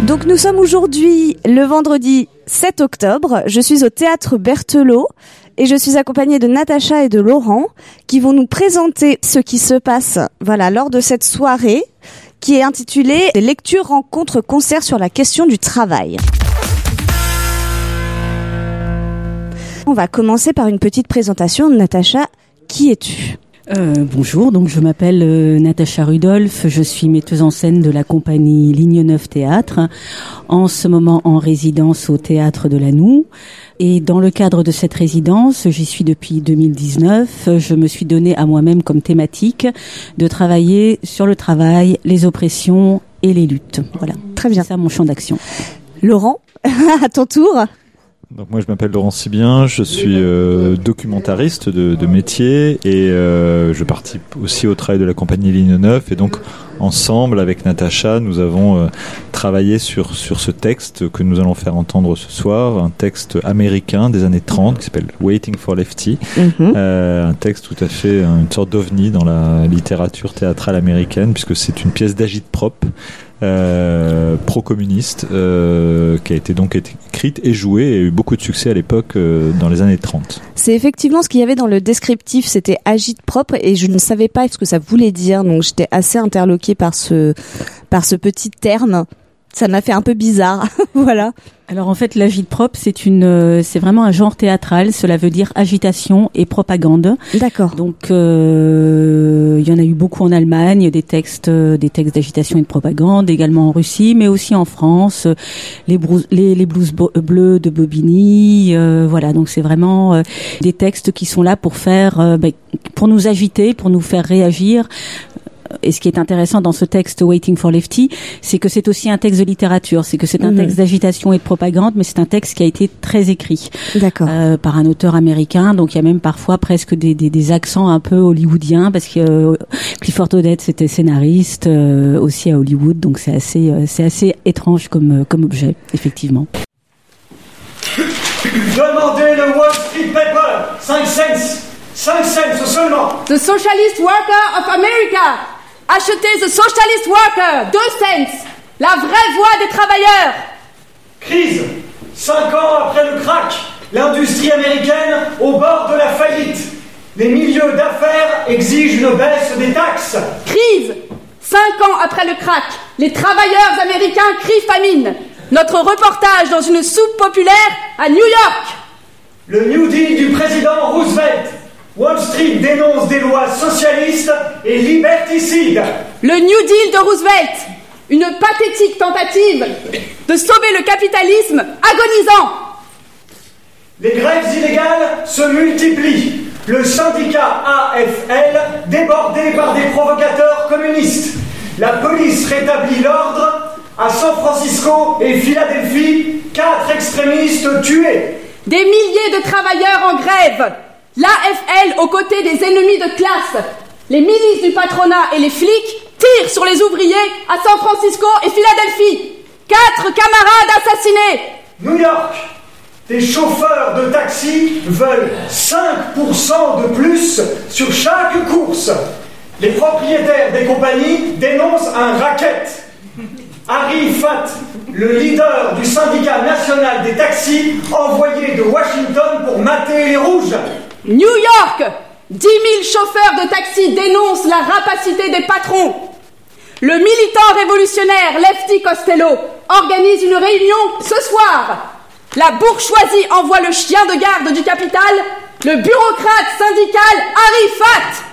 Donc nous sommes aujourd'hui le vendredi 7 octobre. Je suis au théâtre Berthelot et je suis accompagnée de Natacha et de Laurent qui vont nous présenter ce qui se passe lors de cette soirée qui est intitulée « Lecture, rencontre, concert sur la question du travail ». On va commencer par une petite présentation. Natacha, qui es-tu ? Bonjour, donc je m'appelle Natacha Rudolph, je suis metteuse en scène de la compagnie Ligne 9 Théâtre, en ce moment en résidence au Théâtre de Lannou. Et dans le cadre de cette résidence, j'y suis depuis 2019, je me suis donné à moi-même comme thématique de travailler sur le travail, les oppressions et les luttes. Voilà, très bien. C'est ça mon champ d'action. Laurent, à ton tour. Donc moi je m'appelle Laurent Sibien, je suis documentariste de métier et je participe aussi au travail de la compagnie Ligne 9 et donc ensemble avec Natacha nous avons travaillé sur ce texte que nous allons faire entendre ce soir, un texte américain des années 30 qui s'appelle Waiting for Lefty, un texte tout à fait une sorte d'ovni dans la littérature théâtrale américaine puisque c'est une pièce d'agit-prop pro-communiste qui a été donc écrite et jouée et a eu beaucoup de succès à l'époque dans les années 30. C'est effectivement ce qu'il y avait dans le descriptif, c'était agit-prop et je ne savais pas ce que ça voulait dire, donc j'étais assez interloquée par ce petit terme. Ça m'a fait un peu bizarre, voilà. Alors en fait, l'agit-prop, c'est vraiment un genre théâtral. Cela veut dire agitation et propagande. D'accord. Donc il y en a eu beaucoup en Allemagne, des textes d'agitation et de propagande, également en Russie, mais aussi en France. Les blues bleus de Bobigny, voilà. Donc c'est vraiment des textes qui sont là pour pour nous agiter, pour nous faire réagir. Et ce qui est intéressant dans ce texte Waiting for Lefty, c'est que c'est aussi un texte de littérature, c'est que c'est un texte d'agitation et de propagande, mais c'est un texte qui a été très écrit. D'accord. Par un auteur américain, donc il y a même parfois presque des accents un peu hollywoodiens, parce que Clifford Odets c'était scénariste aussi à Hollywood, donc c'est assez étrange comme objet, effectivement. Demandez le Wall Street Paper, 5 cents seulement. The Socialist Worker of America. Achetez The Socialist Worker, 2 cents. La vraie voix des travailleurs. Crise. 5 ans après le crack, l'industrie américaine au bord de la faillite. Les milieux d'affaires exigent une baisse des taxes. Crise. 5 ans après le crack, les travailleurs américains crient famine. Notre reportage dans une soupe populaire à New York. Le New Deal du président Roosevelt. Wall Street dénonce des lois socialistes et liberticides. Le New Deal de Roosevelt, une pathétique tentative de sauver le capitalisme agonisant. Les grèves illégales se multiplient. Le syndicat AFL débordé par des provocateurs communistes. La police rétablit l'ordre. À San Francisco et Philadelphie, 4 extrémistes tués. Des milliers de travailleurs en grève. L'AFL aux côtés des ennemis de classe. Les milices du patronat et les flics tirent sur les ouvriers à San Francisco et Philadelphie. 4 camarades assassinés. New York, des chauffeurs de taxi veulent 5% de plus sur chaque course. Les propriétaires des compagnies dénoncent un racket. Harry Fatt, le leader du syndicat national des taxis, envoyé de Washington pour mater les rouges. New York, 10 000 chauffeurs de taxi dénoncent la rapacité des patrons. Le militant révolutionnaire Lefty Costello organise une réunion ce soir. La bourgeoisie envoie le chien de garde du capital, le bureaucrate syndical Harry Fatt.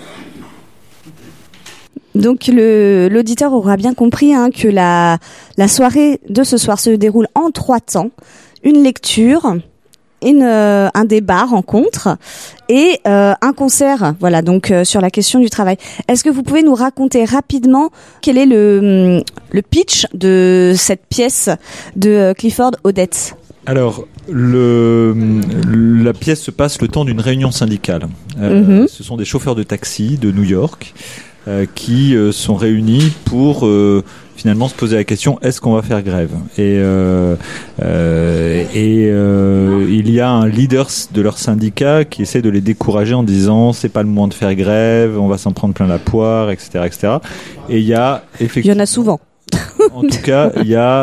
Donc l'auditeur aura bien compris que la soirée de ce soir se déroule en 3 temps. Une lecture, un débat, rencontre et un concert, voilà, donc sur la question du travail. Est-ce que vous pouvez nous raconter rapidement quel est le pitch de cette pièce de Clifford Odets ? Alors, la pièce se passe le temps d'une réunion syndicale. Ce sont des chauffeurs de taxi de New York qui sont réunis pour finalement se poser la question, est-ce qu'on va faire grève ? Et il y a un leader de leur syndicat qui essaie de les décourager en disant c'est pas le moment de faire grève, on va s'en prendre plein la poire, etc., etc. Et il y a effectivement... Il y en a souvent. En tout cas, il y a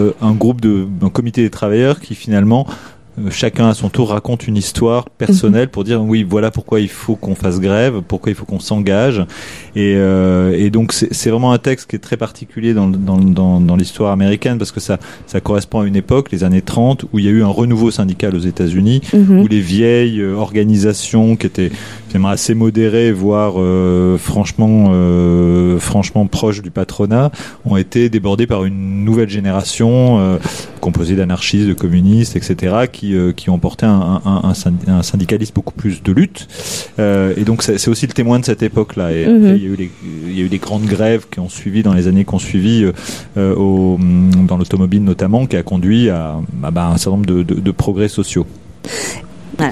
un comité des travailleurs qui finalement chacun à son tour raconte une histoire personnelle pour dire oui, voilà pourquoi il faut qu'on fasse grève, pourquoi il faut qu'on s'engage, et donc c'est vraiment un texte qui est très particulier dans l'histoire américaine parce que ça correspond à une époque, les années 30, où il y a eu un renouveau syndical aux États-Unis, où les vieilles organisations qui étaient finalement assez modérées, voire franchement proches du patronat, ont été débordées par une nouvelle génération composée d'anarchistes, de communistes, etc., qui ont porté un syndicalisme beaucoup plus de lutte, et donc c'est aussi le témoin de cette époque-là. Et après, il y a eu des grandes grèves qui ont suivi dans les années qui ont suivi dans l'automobile notamment, qui a conduit à un certain nombre de progrès sociaux. Voilà.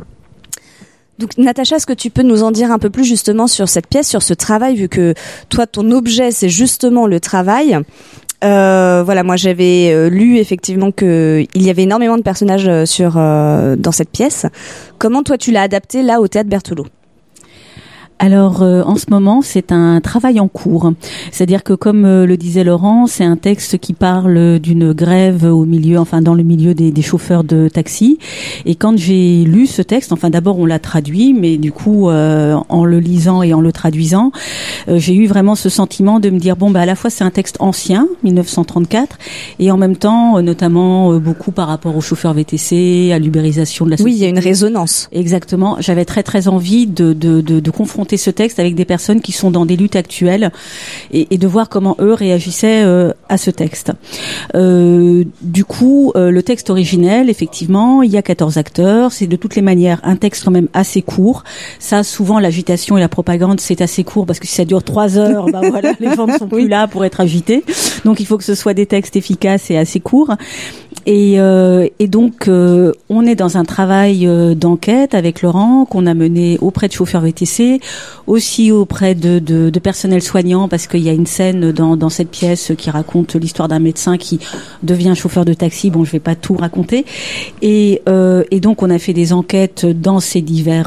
Donc Natacha, est-ce que tu peux nous en dire un peu plus justement sur cette pièce, sur ce travail, vu que toi ton objet c'est justement le travail. Voilà, moi j'avais lu effectivement que il y avait énormément de personnages dans cette pièce. Comment toi tu l'as adapté là au Théâtre Berthelot ? Alors en ce moment, c'est un travail en cours. C'est-à-dire que comme le disait Laurent, c'est un texte qui parle d'une grève dans le milieu des chauffeurs de taxi. Et quand j'ai lu ce texte, d'abord on l'a traduit, mais du coup en le lisant et en le traduisant, j'ai eu vraiment ce sentiment de me dire à la fois c'est un texte ancien, 1934, et en même temps notamment beaucoup par rapport aux chauffeurs VTC, à l'ubérisation de la société. Oui, il y a une résonance. Exactement. J'avais très très envie de confronter ce texte avec des personnes qui sont dans des luttes actuelles et de voir comment eux réagissaient à ce texte. Du coup, le texte originel, effectivement, il y a 14 acteurs. C'est de toutes les manières un texte quand même assez court. Ça, souvent, l'agitation et la propagande, c'est assez court parce que si ça dure 3 heures, les gens ne sont plus là pour être agités. Donc, il faut que ce soit des textes efficaces et assez courts. Et donc, on est dans un travail d'enquête avec Laurent qu'on a mené auprès de chauffeurs VTC, aussi auprès de personnel soignant, parce qu'il y a une scène dans cette pièce qui raconte l'histoire d'un médecin qui devient chauffeur de taxi. Bon, je vais pas tout raconter. Et donc, on a fait des enquêtes dans ces divers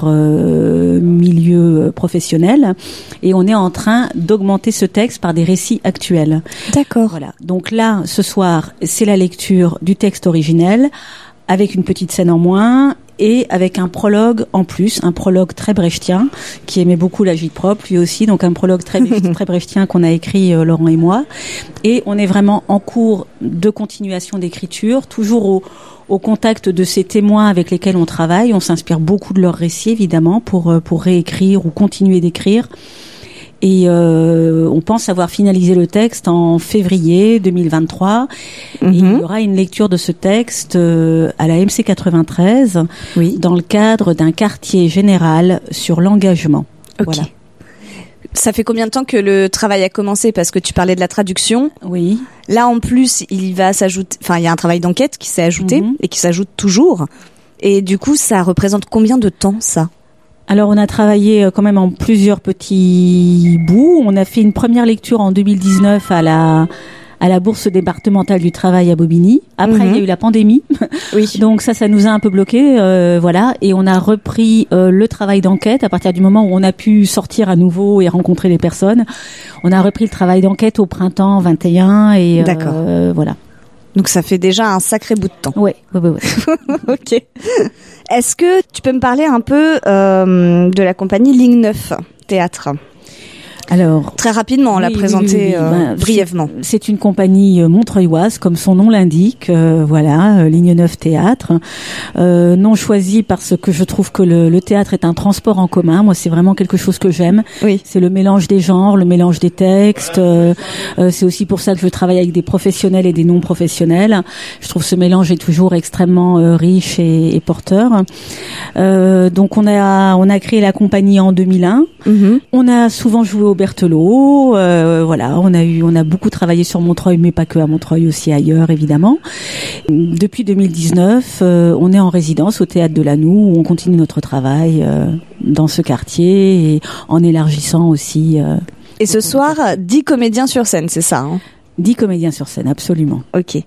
milieux professionnels, et on est en train d'augmenter ce texte par des récits actuels. D'accord. Voilà. Donc là, ce soir, c'est la lecture du texte originel avec une petite scène en moins et avec un prologue en plus, un prologue très brechtien qui aimait beaucoup l'agit-prop lui aussi, donc un prologue très brechtien qu'on a écrit Laurent et moi, et on est vraiment en cours de continuation d'écriture, toujours au contact de ces témoins avec lesquels on travaille. On s'inspire beaucoup de leurs récits évidemment pour réécrire ou continuer d'écrire. Et on pense avoir finalisé le texte en février 2023. Et il y aura une lecture de ce texte à la MC 93 dans le cadre d'un quartier général sur l'engagement. Okay. Voilà. Ça fait combien de temps que le travail a commencé ? Parce que tu parlais de la traduction. Oui. Là, en plus, il va s'ajouter. Il y a un travail d'enquête qui s'est ajouté et qui s'ajoute toujours. Et du coup, ça représente combien de temps, ça ? Alors, on a travaillé quand même en plusieurs petits bouts. On a fait une première lecture en 2019 à la Bourse départementale du travail à Bobigny. Après, il y a eu la pandémie. Oui. Donc ça nous a un peu bloqué, voilà. Et on a repris le travail d'enquête à partir du moment où on a pu sortir à nouveau et rencontrer les personnes. On a repris le travail d'enquête au printemps 21 et voilà. Donc ça fait déjà un sacré bout de temps. Ouais. Ok. Est-ce que tu peux me parler un peu de la compagnie Ligne 9 Théâtre ? Alors, très rapidement, on l'a présenté brièvement. C'est une compagnie montreuilloise, comme son nom l'indique. Ligne 9 Théâtre. Nom choisi parce que je trouve que le théâtre est un transport en commun. Moi, c'est vraiment quelque chose que j'aime. Oui. C'est le mélange des genres, le mélange des textes. C'est aussi pour ça que je travaille avec des professionnels et des non-professionnels. Je trouve ce mélange est toujours extrêmement riche et porteur. Donc, on a créé la compagnie en 2001. On a souvent joué au Berthelot, on a beaucoup travaillé sur Montreuil, mais pas que à Montreuil, aussi ailleurs évidemment. Depuis 2019, on est en résidence au Théâtre de Lannou, où on continue notre travail dans ce quartier et en élargissant aussi. Et ce soir, 10 comédiens sur scène, c'est ça, hein ? 10 comédiens sur scène, absolument. Ok.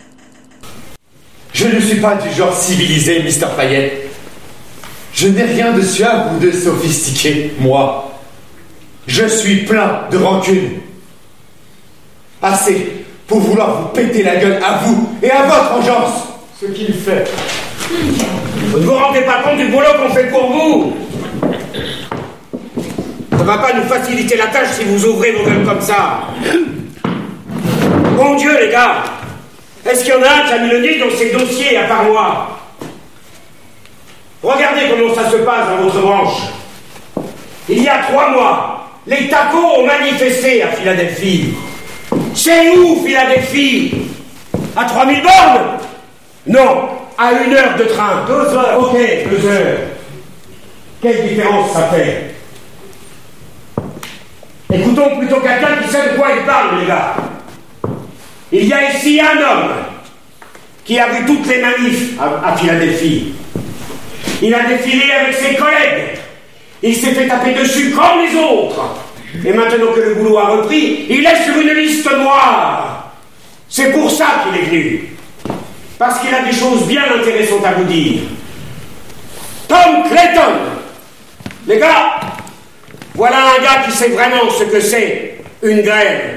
Je ne suis pas du genre civilisé, Mr. Payet. Je n'ai rien de suave ou de sophistiqué, moi. Je suis plein de rancune. Assez pour vouloir vous péter la gueule à vous et à votre engeance. Ce qu'il fait. Vous ne vous rendez pas compte du boulot qu'on fait pour vous? Ça va pas nous faciliter la tâche si vous ouvrez vos gueules comme ça. Mon Dieu, les gars! Est-ce qu'il y en a un qui a mis le nez dans ces dossiers à part moi? Regardez comment ça se passe dans votre branche. Il y a 3 mois, les tacos ont manifesté à Philadelphie. C'est où, Philadelphie? À 3000 bornes? Non, à 1 heure de train. 2 heures. Ok, 2 heures. Quelle différence ça fait? Écoutons plutôt quelqu'un qui sait de quoi il parle, les gars. Il y a ici un homme qui a vu toutes les manifs à Philadelphie. Il a défilé avec ses collègues. Il s'est fait taper dessus comme les autres. Et maintenant que le boulot a repris, il est sur une liste noire. C'est pour ça qu'il est venu. Parce qu'il a des choses bien intéressantes à vous dire. Tom Clayton. Les gars, voilà un gars qui sait vraiment ce que c'est une grève.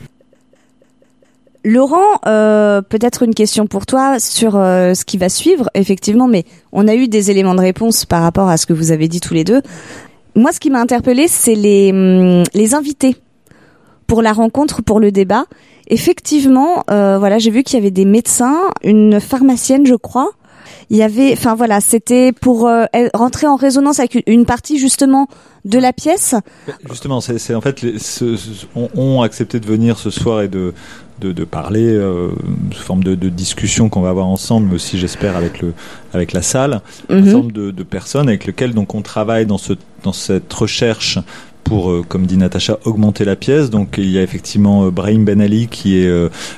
Laurent, peut-être une question pour toi sur ce qui va suivre, effectivement, mais on a eu des éléments de réponse par rapport à ce que vous avez dit tous les deux. Moi, ce qui m'a interpellée, c'est les invités pour la rencontre, pour le débat. Effectivement, voilà, j'ai vu qu'il y avait des médecins, une pharmacienne, je crois. Il y avait, enfin voilà, c'était pour rentrer en résonance avec une partie justement de la pièce. Justement, c'est en fait, ont accepté de venir ce soir et de parler sous forme de discussion qu'on va avoir ensemble, mais aussi j'espère avec la salle, un certain nombre de personnes avec lesquelles donc on travaille dans cette recherche pour, comme dit Natacha, augmenter la pièce. Donc il y a effectivement Brahim Ben Ali qui est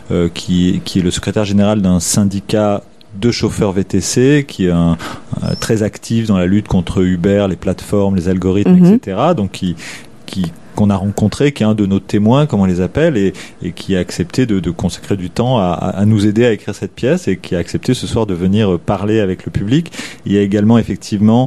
le secrétaire général d'un syndicat de chauffeurs VTC, qui est très actif dans la lutte contre Uber, les plateformes, les algorithmes, etc. Donc qu'on a rencontré, qui est un de nos témoins, comme on les appelle, et qui a accepté de consacrer du temps à nous aider à écrire cette pièce, et qui a accepté ce soir de venir parler avec le public. Il y a également effectivement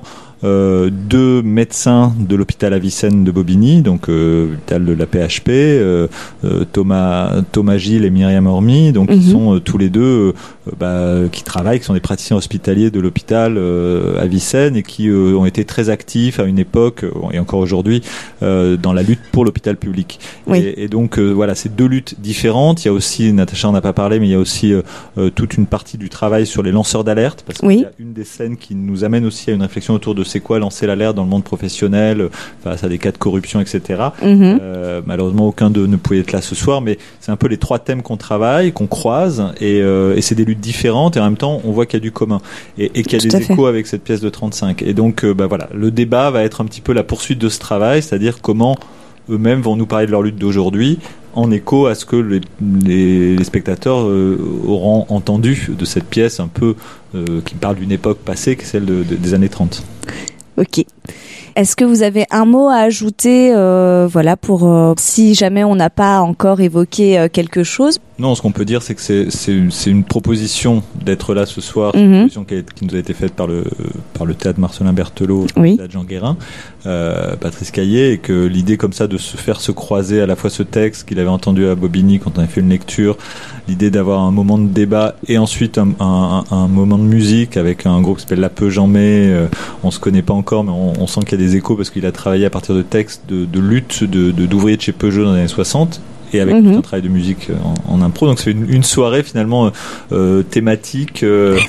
2 médecins de l'hôpital Avicenne de Bobigny, donc l'hôpital de la PHP, Thomas Gilles et Myriam Ormy, donc qui sont tous les deux qui travaillent, qui sont des praticiens hospitaliers de l'hôpital Avicenne, et qui ont été très actifs à une époque et encore aujourd'hui dans la lutte pour l'hôpital public. Oui. Et donc voilà, c'est 2 luttes différentes. Il y a aussi, Natacha en a pas parlé, mais il y a aussi toute une partie du travail sur les lanceurs d'alerte, parce qu'il y a une des scènes qui nous amène aussi à une réflexion autour de c'est quoi lancer l'alerte dans le monde professionnel face à des cas de corruption, etc. Malheureusement, aucun d'eux ne pouvait être là ce soir, mais c'est un peu les 3 thèmes qu'on travaille, qu'on croise, et c'est des luttes différentes, et en même temps, on voit qu'il y a du commun, et qu'il y a des échos avec cette pièce de 35. Et donc, voilà, le débat va être un petit peu la poursuite de ce travail, c'est-à-dire comment eux-mêmes vont nous parler de leur lutte d'aujourd'hui, en écho à ce que les spectateurs auront entendu de cette pièce un peu qui parle d'une époque passée, qui est celle des années 30. Ok. Est-ce que vous avez un mot à ajouter, voilà, pour si jamais on n'a pas encore évoqué quelque chose? Non, ce qu'on peut dire, c'est que c'est une proposition d'être là ce soir, une proposition qui nous a été faite par le théâtre Marcelin Berthelot, le théâtre Jean Guérin, Patrice Caillé, et que l'idée comme ça de se faire se croiser à la fois ce texte qu'il avait entendu à Bobigny quand on avait fait une lecture, l'idée d'avoir un moment de débat et ensuite un moment de musique avec un groupe qui s'appelle La Peu Jean May, on se connaît pas encore, mais on sent qu'il y a des échos parce qu'il a travaillé à partir de textes de lutte d'ouvriers de chez Peugeot dans les années 60. Et avec tout un travail de musique en impro, donc c'est une soirée finalement thématique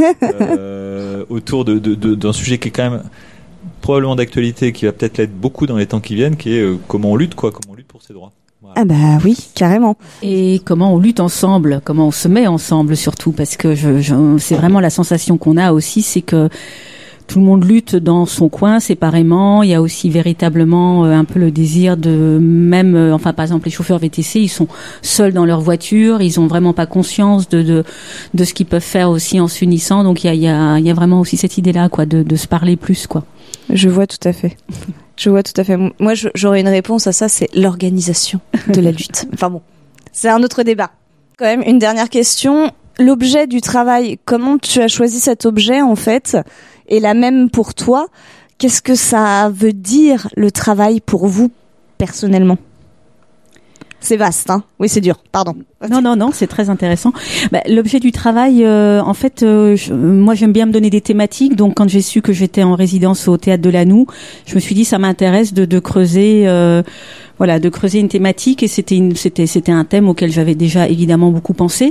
autour d'un sujet qui est quand même probablement d'actualité, qui va peut-être l'être beaucoup dans les temps qui viennent, qui est comment on lutte pour ses droits. Voilà. Ah bah oui, carrément. Et comment on lutte ensemble, comment on se met ensemble surtout, parce que c'est vraiment la sensation qu'on a aussi, c'est que tout le monde lutte dans son coin séparément. Il y a aussi véritablement un peu le désir de même, enfin par exemple les chauffeurs VTC, ils sont seuls dans leur voiture, ils ont vraiment pas conscience de ce qu'ils peuvent faire aussi en s'unissant. Donc il y a vraiment aussi cette idée-là, quoi, de se parler plus, quoi. Je vois tout à fait. Moi, j'aurais une réponse à ça, c'est l'organisation de la lutte. Enfin bon, c'est un autre débat. Quand même, une dernière question. L'objet du travail, comment tu as choisi cet objet en fait? Et la même pour toi, qu'est-ce que ça veut dire le travail pour vous personnellement? C'est vaste, hein. Oui, c'est dur. Pardon. Non, c'est très intéressant. L'objet du travail, en fait, moi j'aime bien me donner des thématiques. Donc quand j'ai su que j'étais en résidence au Théâtre de Lannou, je me suis dit ça m'intéresse de creuser, de creuser une thématique. Et c'était un thème auquel j'avais déjà évidemment beaucoup pensé.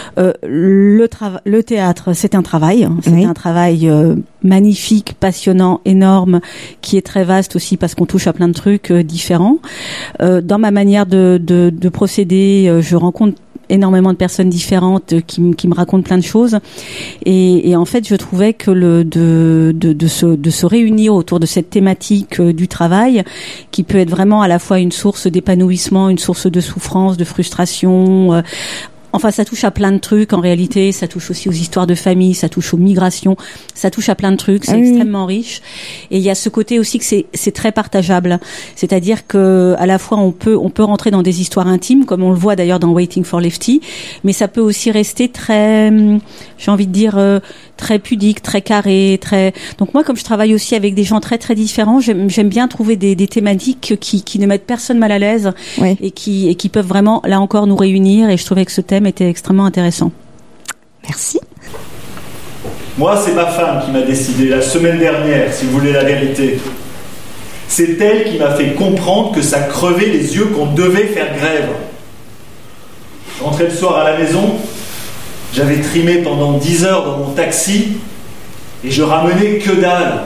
Le théâtre, c'est un travail. C'est un travail magnifique, passionnant, énorme, qui est très vaste aussi parce qu'on touche à plein de trucs différents. Dans ma manière de procéder, je rencontre énormément de personnes différentes qui me racontent plein de choses et en fait je trouvais que de se réunir autour de cette thématique du travail qui peut être vraiment à la fois une source d'épanouissement, une source de souffrance, de frustration. Enfin, ça touche à plein de trucs. En réalité, ça touche aussi aux histoires de famille, ça touche aux migrations, ça touche à plein de trucs. C'est extrêmement riche. Et il y a ce côté aussi que c'est très partageable. C'est-à-dire que à la fois on peut rentrer dans des histoires intimes, comme on le voit d'ailleurs dans Waiting for Lefty, mais ça peut aussi rester très, j'ai envie de dire, très pudique, très carré, très. Donc moi, comme je travaille aussi avec des gens très très différents, j'aime bien trouver des thématiques qui ne mettent personne mal à l'aise et qui peuvent vraiment là encore nous réunir. Et je trouvais que ce thème était extrêmement intéressant. Merci. Moi, c'est ma femme qui m'a décidé la semaine dernière, si vous voulez la vérité. C'est elle qui m'a fait comprendre que ça crevait les yeux qu'on devait faire grève. Je rentrais le soir à la maison, j'avais trimé pendant 10 heures dans mon taxi et je ramenais que dalle.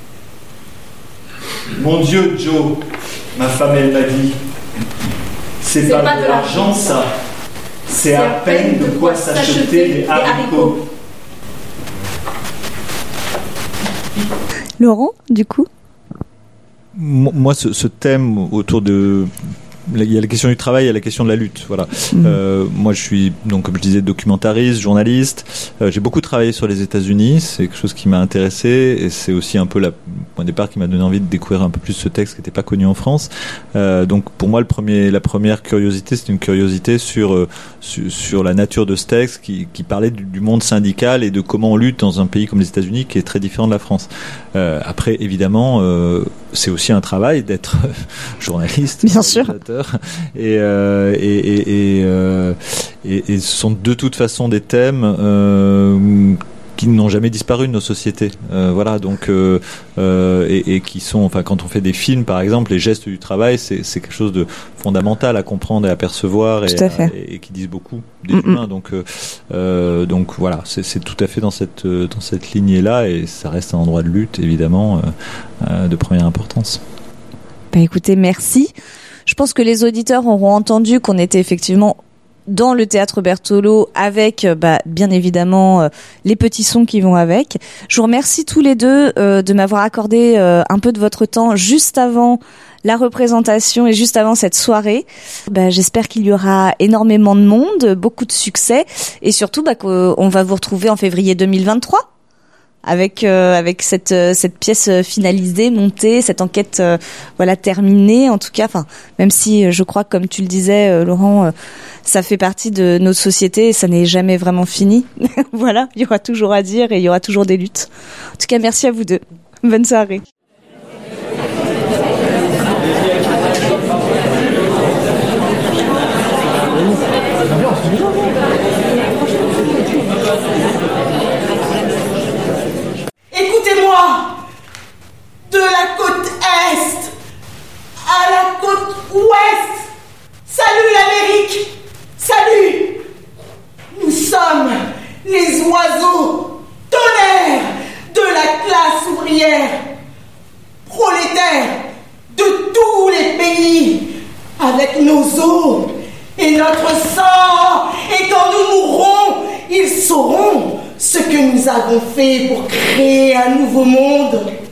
Mon Dieu, Joe, ma femme, elle m'a dit, c'est pas de l'argent ça. C'est à peine de quoi s'acheter des haricots. Laurent, du coup ? Moi, ce thème autour de... Il y a la question du travail, il y a la question de la lutte. Voilà. Moi, je suis, donc, comme je disais, documentariste, journaliste. J'ai beaucoup travaillé sur les États-Unis. C'est quelque chose qui m'a intéressé et c'est aussi un peu le point de départ qui m'a donné envie de découvrir un peu plus ce texte qui n'était pas connu en France. Donc, pour moi, la première curiosité, c'est une curiosité sur la nature de ce texte qui parlait du monde syndical et de comment on lutte dans un pays comme les États-Unis qui est très différent de la France. Après, évidemment, c'est aussi un travail d'être journaliste. Bien sûr. Et ce sont de toute façon des thèmes qui n'ont jamais disparu de nos sociétés. Voilà, donc et qui sont, enfin, quand on fait des films, par exemple, les gestes du travail, c'est quelque chose de fondamental à comprendre et à percevoir et qui disent beaucoup des humains. Donc voilà, c'est tout à fait dans cette lignée-là et ça reste un endroit de lutte, évidemment, de première importance. Bah écoutez, merci. Je pense que les auditeurs auront entendu qu'on était effectivement dans le théâtre Berthelot avec, bien évidemment, les petits sons qui vont avec. Je vous remercie tous les deux de m'avoir accordé un peu de votre temps juste avant la représentation et juste avant cette soirée. J'espère qu'il y aura énormément de monde, beaucoup de succès et surtout qu'on va vous retrouver en février 2023. Avec cette pièce finalisée, montée, cette enquête terminée en tout cas, même si je crois, comme tu le disais Laurent, ça fait partie de notre société et ça n'est jamais vraiment fini. Voilà, il y aura toujours à dire et il y aura toujours des luttes. En tout cas, merci à vous deux. Bonne soirée. Écoutez-moi, de la côte Est à la côte Ouest, salut l'Amérique, salut. Nous sommes les oiseaux tonnerres de la classe ouvrière, prolétaires de tous les pays, avec nos os et notre sang, et quand nous mourrons, ils sauront ce que nous avons fait pour créer un nouveau monde.